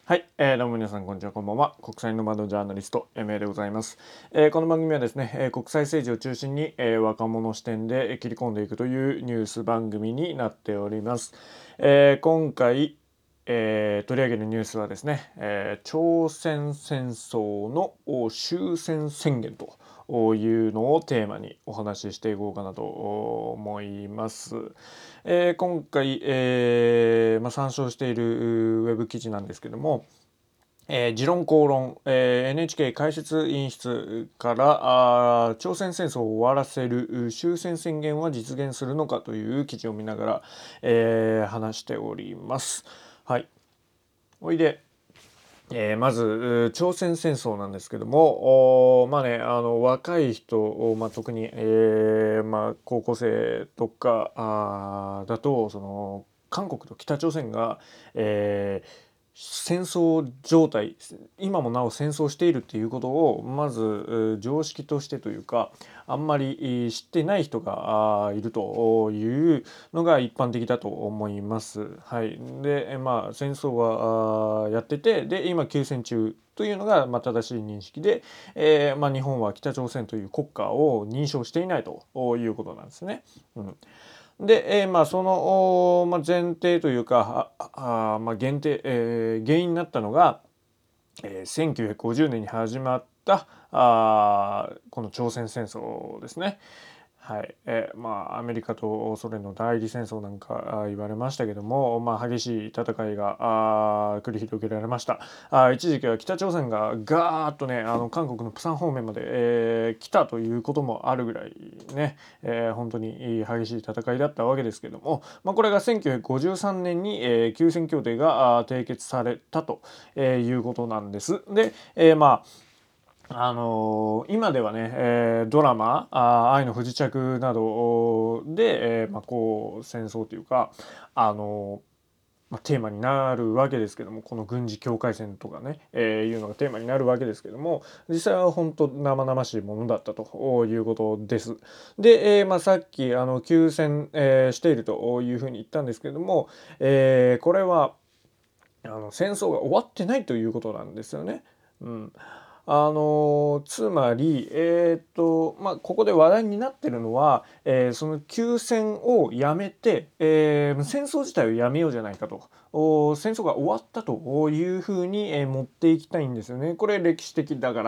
はい、どうも皆さんこんにちは、こんばんは。国際ノマドジャーナリスト MA でございます。この番組はですね、国際政治を中心に、若者視点で切り込んでいくというニュース番組になっております。今回、取り上げるニュースはですね、朝鮮戦争の終戦宣言というのをテーマにお話ししていこうかなと思います。今回、参照しているウェブ記事なんですけども、時論公論、NHK 解説委員室から朝鮮戦争を終わらせる終戦宣言は実現するのかという記事を見ながら、話しております。はい。おいで、まず朝鮮戦争なんですけども、若い人、特に、高校生とかだと韓国と北朝鮮が、戦争状態、今もなお戦争しているっていうことをまず常識としてというか、あんまり知ってない人がいるというのが一般的だと思います。はい。で、戦争はやってて、で今休戦中というのが正しい認識で、日本は北朝鮮という国家を認証していないということなんですね。で、その、前提というか原因になったのが、1950年に始まったこの朝鮮戦争ですね。はい。アメリカとソ連の代理戦争なんか言われましたけども、激しい戦いが繰り広げられました。一時期は北朝鮮がガーッとね、韓国のプサン方面まで、来たということもあるぐらいね、本当に激しい戦いだったわけですけども、これが1953年に、休戦協定が締結されたと、いうことなんです。で、今ではね、ドラマ愛の不時着などで、戦争というかテーマになるわけですけども、この軍事境界線とかね、いうのがテーマになるわけですけども、実際は本当生々しいものだったということです。で、さっき休戦、しているというふうに言ったんですけども、これは戦争が終わってないということなんですよね。つまり、ここで話題になってるのは、その休戦をやめて、戦争自体をやめようじゃないかと、戦争が終わったというふうに、持っていきたいんですよね。これ歴史的だから、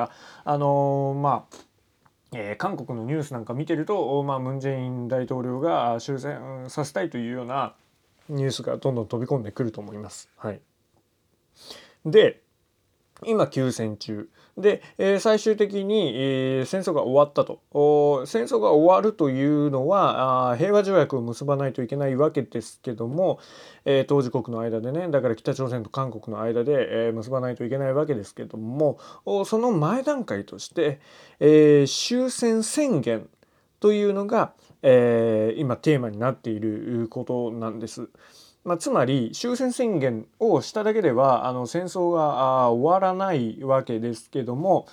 韓国のニュースなんか見てると、ムン・ジェイン大統領が終戦させたいというようなニュースがどんどん飛び込んでくると思います。はい。で、今休戦中で、最終的に、戦争が終わったと。戦争が終わるというのは平和条約を結ばないといけないわけですけども、当事国の間でね、だから北朝鮮と韓国の間で、結ばないといけないわけですけども、その前段階として、終戦宣言というのが、今テーマになっていることなんです。つまり終戦宣言をしただけでは戦争が終わらないわけですけども、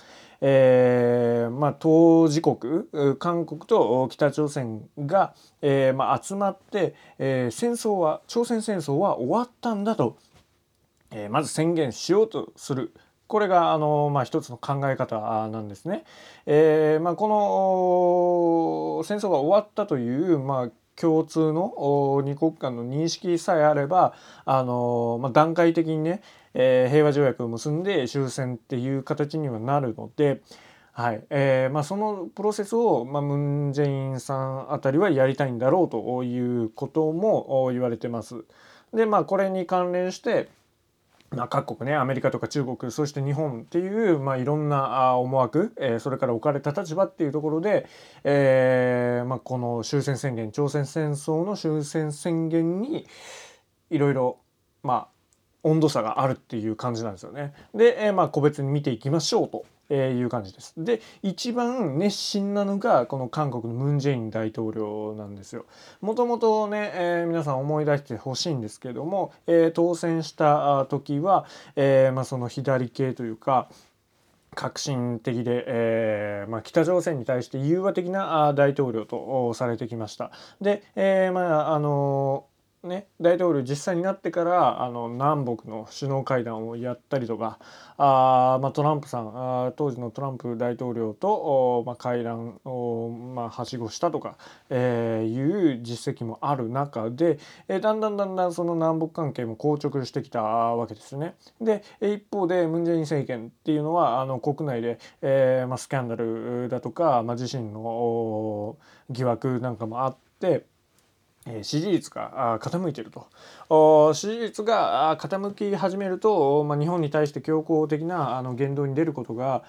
当事国韓国と北朝鮮が、集まって、朝鮮戦争は終わったんだと、まず宣言しようとする。これが一つの考え方なんですね。この戦争が終わったという、共通の二国間の認識さえあれば段階的にね、平和条約を結んで終戦っていう形にはなるので、はい。そのプロセスを、ムン・ジェインさんあたりはやりたいんだろうということも言われてます。でこれに関連して各国ね、アメリカとか中国、そして日本っていう、いろんな思惑、それから置かれた立場っていうところで、この終戦宣言、朝鮮戦争の終戦宣言にいろいろ、温度差があるっていう感じなんですよね。で、個別に見ていきましょうと。いう感じです。で、一番熱心なのがこの韓国のムン・ジェイン大統領なんですよ。もともとね、皆さん思い出してほしいんですけども、当選した時は、その左系というか革新的で、北朝鮮に対して融和的な大統領とされてきました。で、 大統領実際になってから南北の首脳会談をやったりとか、トランプさん、当時のトランプ大統領と会談を、はしごしたとか、いう実績もある中で、だんだんその南北関係も硬直してきたわけですね。で一方でムン・ジェイン政権っていうのは国内で、スキャンダルだとか、自身の疑惑なんかもあって支持率が傾いていると。支持率が傾き始めると、日本に対して強硬的な言動に出ることが、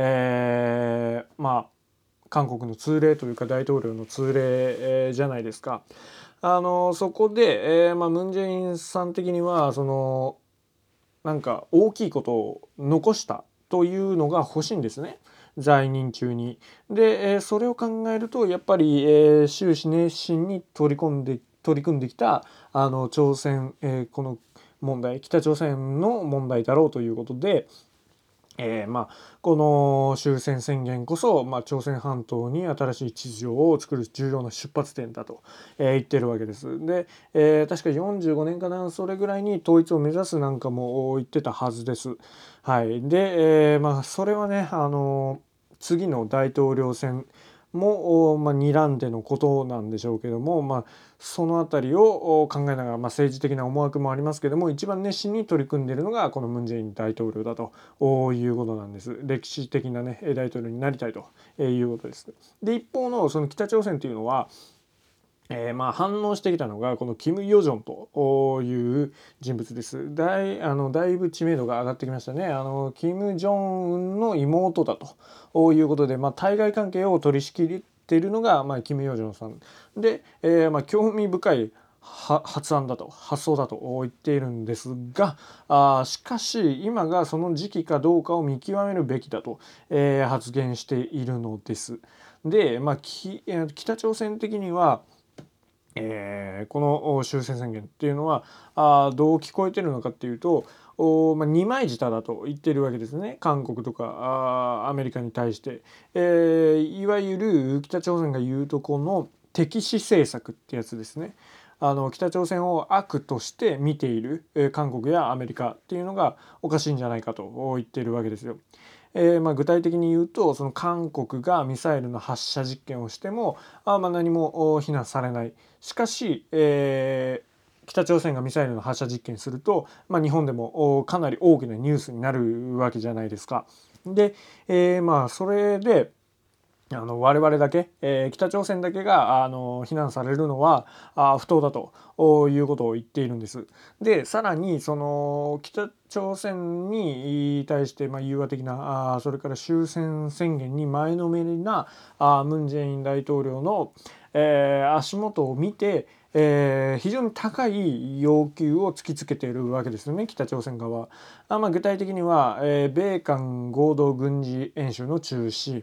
韓国の通例というか大統領の通例、じゃないですか。そこで、ムン・ジェインさん的にはなんか大きいことを残したというのが欲しいんですね、在任中に。で、それを考えるとやっぱり、終始熱心に取り組んできた朝鮮、この問題、北朝鮮の問題だろうということで、この終戦宣言こそ、朝鮮半島に新しい秩序を作る重要な出発点だと、言ってるわけです。で、確か45年かな、それぐらいに統一を目指すなんかも言ってたはずです。はい。で、それはね、次の大統領選も、睨んでのことなんでしょうけども、そのあたりを考えながら、政治的な思惑もありますけども、一番熱心に取り組んでいるのがこのムン・ジェイン大統領だということなんです。歴史的なね大統領になりたいということです。で一方のその北朝鮮というのは、反応してきたのがこのキム・ヨジョンという人物です。だいぶ知名度が上がってきましたね。キム・ジョンウンの妹だということで、対外関係を取り仕切っているのが、キム・ヨジョンさんで、興味深い発想だと言っているんですが、しかし今がその時期かどうかを見極めるべきだと、発言しているのです。で、北朝鮮的にはこの終戦宣言っていうのはどう聞こえてるのかっていうと二枚舌だと言ってるわけですね、韓国とかアメリカに対して、いわゆる北朝鮮が言うとこの敵視政策ってやつですね。北朝鮮を悪として見ている、韓国やアメリカっていうのがおかしいんじゃないかと言っているわけですよ。具体的に言うとその韓国がミサイルの発射実験をしても何も非難されない。しかし、北朝鮮がミサイルの発射実験すると、日本でもかなり大きなニュースになるわけじゃないですか。で、それで我々だけ、北朝鮮だけが非難されるのは不当だということを言っているんです。でさらにその北朝鮮に対して融和的なそれから終戦宣言に前のめりなムン・ジェイン大統領の、足元を見て、非常に高い要求を突きつけているわけですよね、北朝鮮側は。具体的には、米韓合同軍事演習の中止、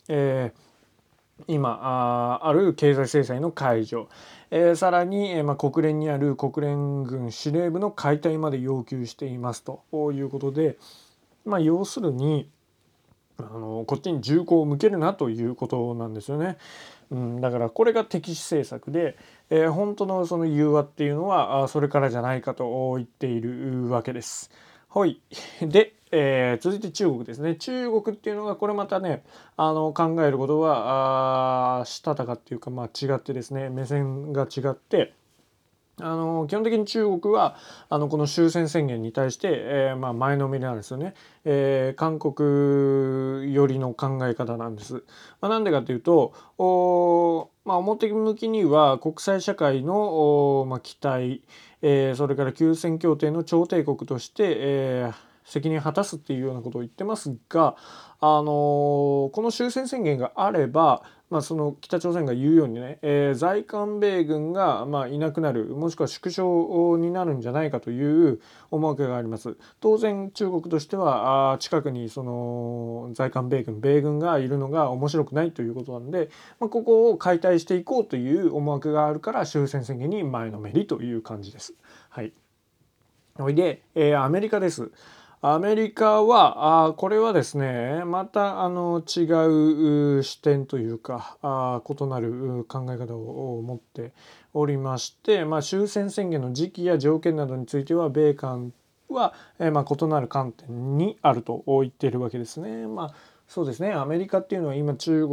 今ある経済制裁の解除、さらに、国連にある国連軍司令部の解体まで要求していますということで、要するにこっちに銃口を向けるなということなんですよね。だからこれが敵視政策で、本当のその融和っていうのはそれからじゃないかと言っているわけです。はい。で、続いて中国ですね。中国っていうのがこれまたね考えることはしたたかっていうか、違ってですね、目線が違って。基本的に中国はこの終戦宣言に対して、前のめりなんですよね。韓国寄りの考え方なんです。なんでかというと表向きには国際社会の期待、それから休戦協定の調停国として、責任を果たすっていうようなことを言ってますが、この終戦宣言があれば、その北朝鮮が言うようにね、在韓米軍がいなくなる、もしくは縮小になるんじゃないかという思惑があります。当然中国としては近くにその在韓米軍がいるのが面白くないということなんで、ここを解体していこうという思惑があるから終戦宣言に前のめりという感じです。はい。おいで、アメリカです。 アメリカはこれはですねまた違う視点というか異なる考え方を持っておりまして、終戦宣言の時期や条件などについては米韓は、異なる観点にあると言っているわけですね。そうですね。アメリカっていうのは今中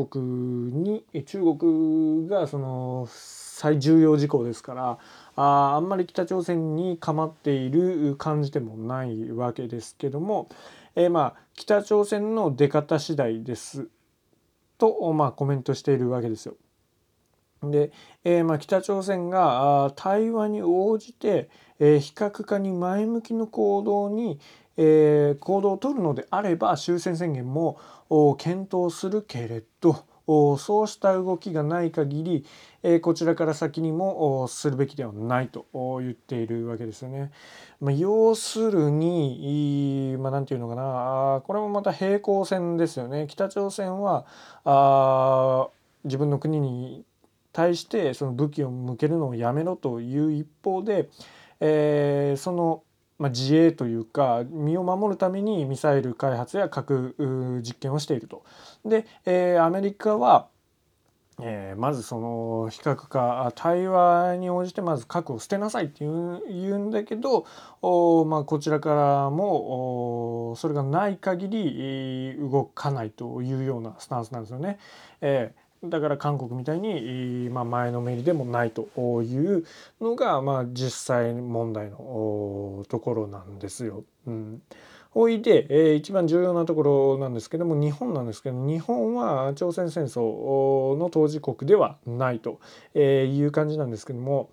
国がその最重要事項ですから、あんまり北朝鮮に構っている感じでもないわけですけども、北朝鮮の出方次第ですと、コメントしているわけですよ。で、北朝鮮が対話に応じて、非核化に前向きの行動を取るのであれば終戦宣言も検討するけれど、そうした動きがない限り、こちらから先にもするべきではないと言っているわけですよね。要するに、なんていうのかな、これもまた平行線ですよね。北朝鮮は自分の国に対してその武器を向けるのをやめろという一方で、その自衛というか身を守るためにミサイル開発や核実験をしていると。で、アメリカはまずその非核化対話に応じてまず核を捨てなさいって言うんだけど、こちらからもそれがない限り動かないというようなスタンスなんですよね。だから韓国みたいに、前のめりでもないというのが、実際問題のところなんですよ。おいで、一番重要なところなんですけども日本なんですけど、日本は朝鮮戦争の当事国ではないという感じなんですけども、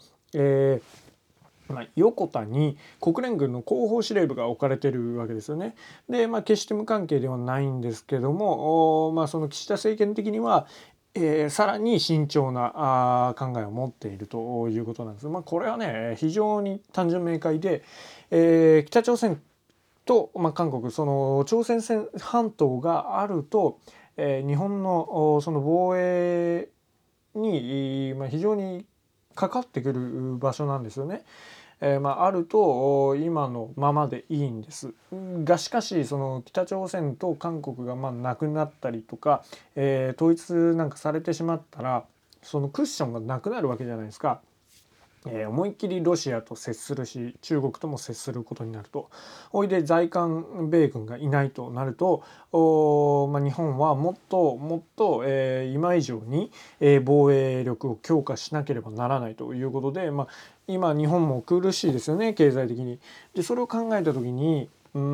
横田に国連軍の後方司令部が置かれているわけですよね。で、決して無関係ではないんですけども、その岸田政権的にはさらに慎重な考えを持っているということなんです。これはね非常に単純明快で、北朝鮮と、韓国その朝鮮半島があると、日本のその防衛に、非常にかかってくる場所なんですよね。あると今のままでいいんですが、しかしその北朝鮮と韓国がなくなったりとか、統一なんかされてしまったらそのクッションがなくなるわけじゃないですか。思いっきりロシアと接するし中国とも接することになると。おいで在韓米軍がいないとなると日本はもっともっと、今以上に、防衛力を強化しなければならないということで、今日本も苦しいですよね経済的に。でそれを考えた時に、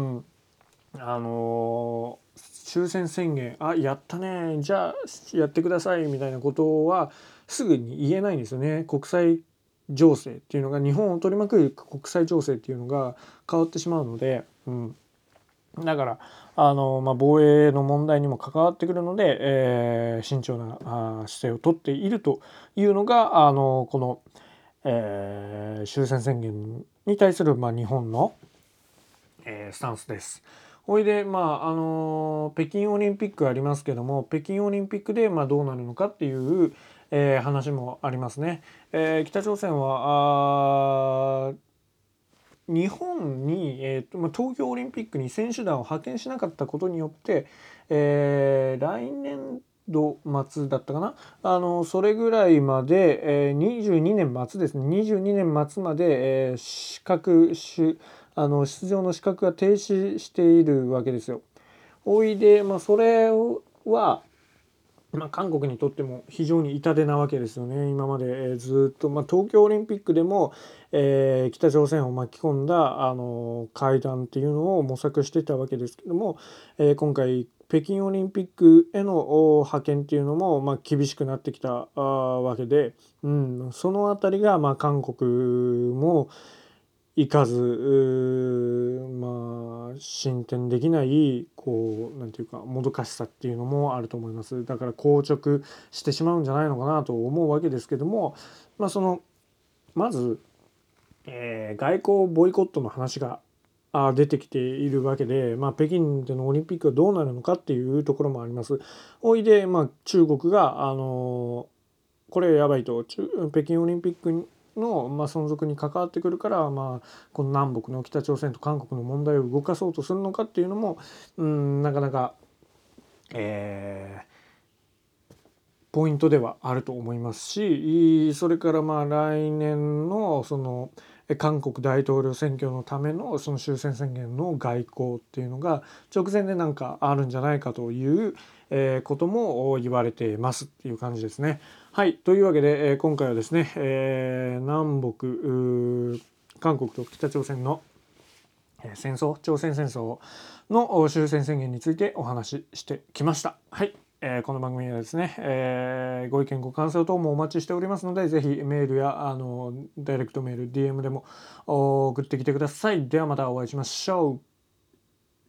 終戦宣言やったねじゃあやってくださいみたいなことはすぐに言えないんですよね。国際情勢っていうのが日本を取り巻く国際情勢っていうのが変わってしまうので、だから防衛の問題にも関わってくるので、慎重な姿勢をとっているというのがこの、終戦宣言に対する、日本の、スタンスです。ほいで北京オリンピックありますけども北京オリンピックでどうなるのかっていう、話もありますね。北朝鮮は日本に、東京オリンピックに選手団を派遣しなかったことによって、来年度末だったかな、それぐらいまで、22年末ですね22年末まで、出場の資格が停止しているわけですよ。おいで、それは韓国にとっても非常に痛手なわけですよね。今までずっと、東京オリンピックでも、北朝鮮を巻き込んだ会談っていうのを模索してたわけですけども、今回北京オリンピックへの派遣っていうのも厳しくなってきたわけで、そのあたりが韓国もいかず進展できないなんていうかもどかしさっていうのもあると思います。だから硬直してしまうんじゃないのかなと思うわけですけども、まず、外交ボイコットの話が出てきているわけで、北京でのオリンピックはどうなるのかっていうところもあります。おいで、中国がこれやばいと北京オリンピックの、存続に関わってくるから、この南北の北朝鮮と韓国の問題を動かそうとするのかっていうのもなかなか、ポイントではあると思いますし、それから来年のその韓国大統領選挙のためのその終戦宣言の外交っていうのが直前でなんかあるんじゃないかということも言われてますっていう感じですね。はい、というわけで今回はですね、南北韓国と北朝鮮の戦争、朝鮮戦争の終戦宣言についてお話ししてきました。はい、この番組はですね、ご意見ご感想等もお待ちしておりますので、ぜひメールやダイレクトメール、DM でも送ってきてください。ではまたお会いしましょう。